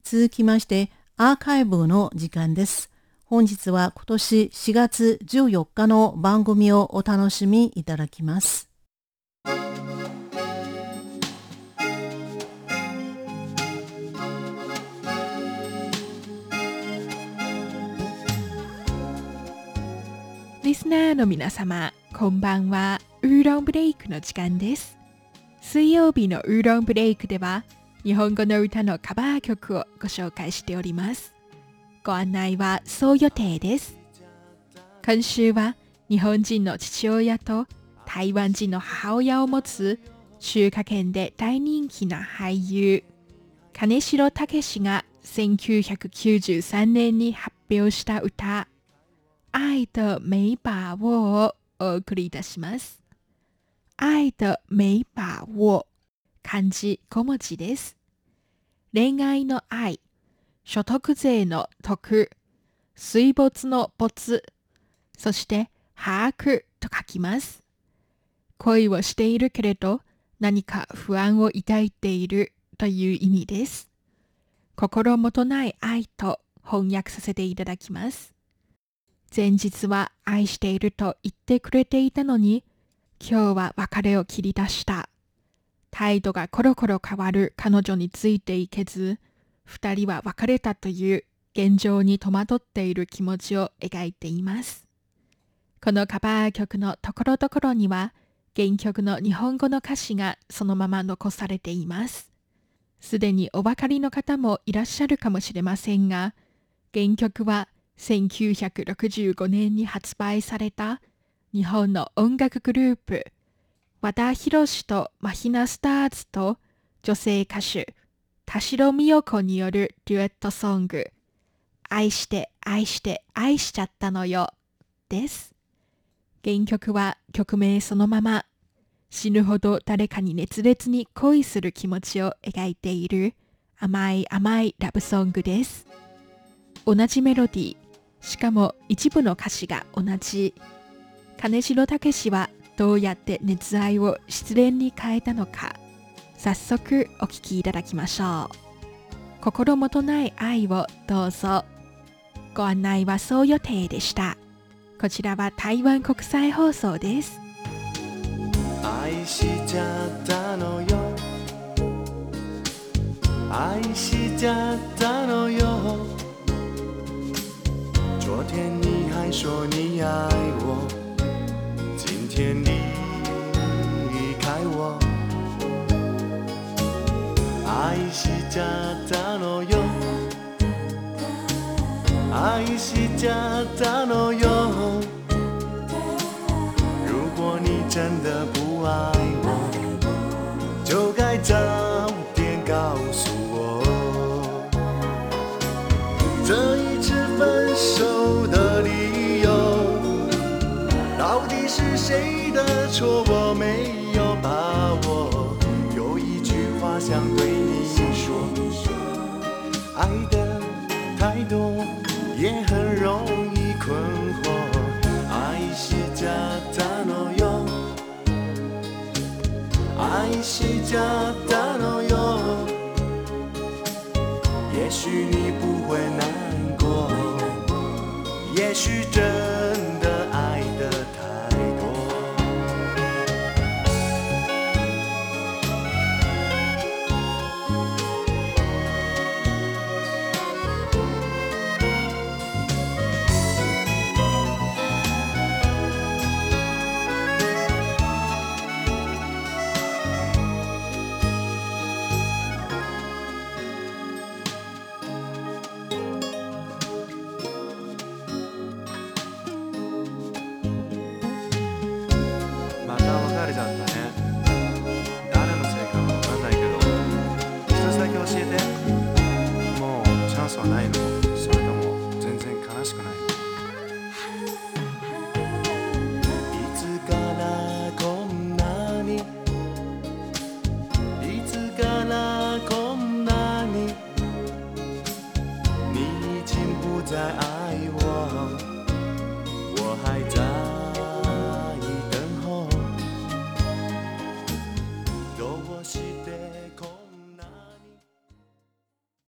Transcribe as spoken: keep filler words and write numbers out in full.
続きましてアーカイブの時間です。本日は今年しがつじゅうよっかの番組をお楽しみいただきます。 リスナーの皆様、こんばんは。ウーロンブレイクの時間です。水曜日のウーロンブレイクでは、日本語の歌のカバー曲をご紹介しております。ご案内はそう予定です。今週は日本人の父親と台湾人の母親を持つ中華圏で大人気な俳優、金城武がせんきゅうひゃくきゅうじゅうさんねんに発表した歌、愛的没把握をお送りいたします。愛的没把握、漢字ご文字です。恋愛の愛、所得税の得、水没の没、そして把握と書きます。恋をしているけれど何か不安を抱いているという意味です。心もとない愛と翻訳させていただきます。前日は愛していると言ってくれていたのに、今日は別れを切り出した。態度がコロコロ変わる彼女についていけず、二人は別れたという現状に戸惑っている気持ちを描いています。このカバー曲のところどころには、原曲の日本語の歌詞がそのまま残されています。すでにお分かりの方もいらっしゃるかもしれませんが、原曲はせんきゅうひゃくろくじゅうごねんに発売された日本の音楽グループ、和田弘とマヒナスターズと女性歌手、田代美代子によるデュエットソング、愛して愛して愛しちゃったのよです。原曲は曲名そのまま、死ぬほど誰かに熱烈に恋する気持ちを描いている甘い甘いラブソングです。同じメロディー、しかも一部の歌詞が同じ。金城武はどうやって熱愛を失恋に変えたのか、早速お聞きいただきましょう。心もとない愛をどうぞ。ご案内はそう予定でした。こちらは台湾国際放送です。 愛しちゃったのよ、愛しちゃったのよ，昨天你还说你爱我，今天离开我，愛しちゃったのよ，愛しちゃったのよ，如果你真的不爱我，就该早点告诉我，这一次分手的理由到底是谁的错，我没有把握。有一句话想对你说，爱的太多也很容易困惑，愛しちゃったのよ，愛しちゃったのよ，也许你不会难过，也许真的爱得太多。また別れちゃったね。誰のせいかわかんないけど、一つだけ教えて。もうチャンスはないの？それとも全然悲しくないの？いつからこんなに、いつからこんなに，你已经不再爱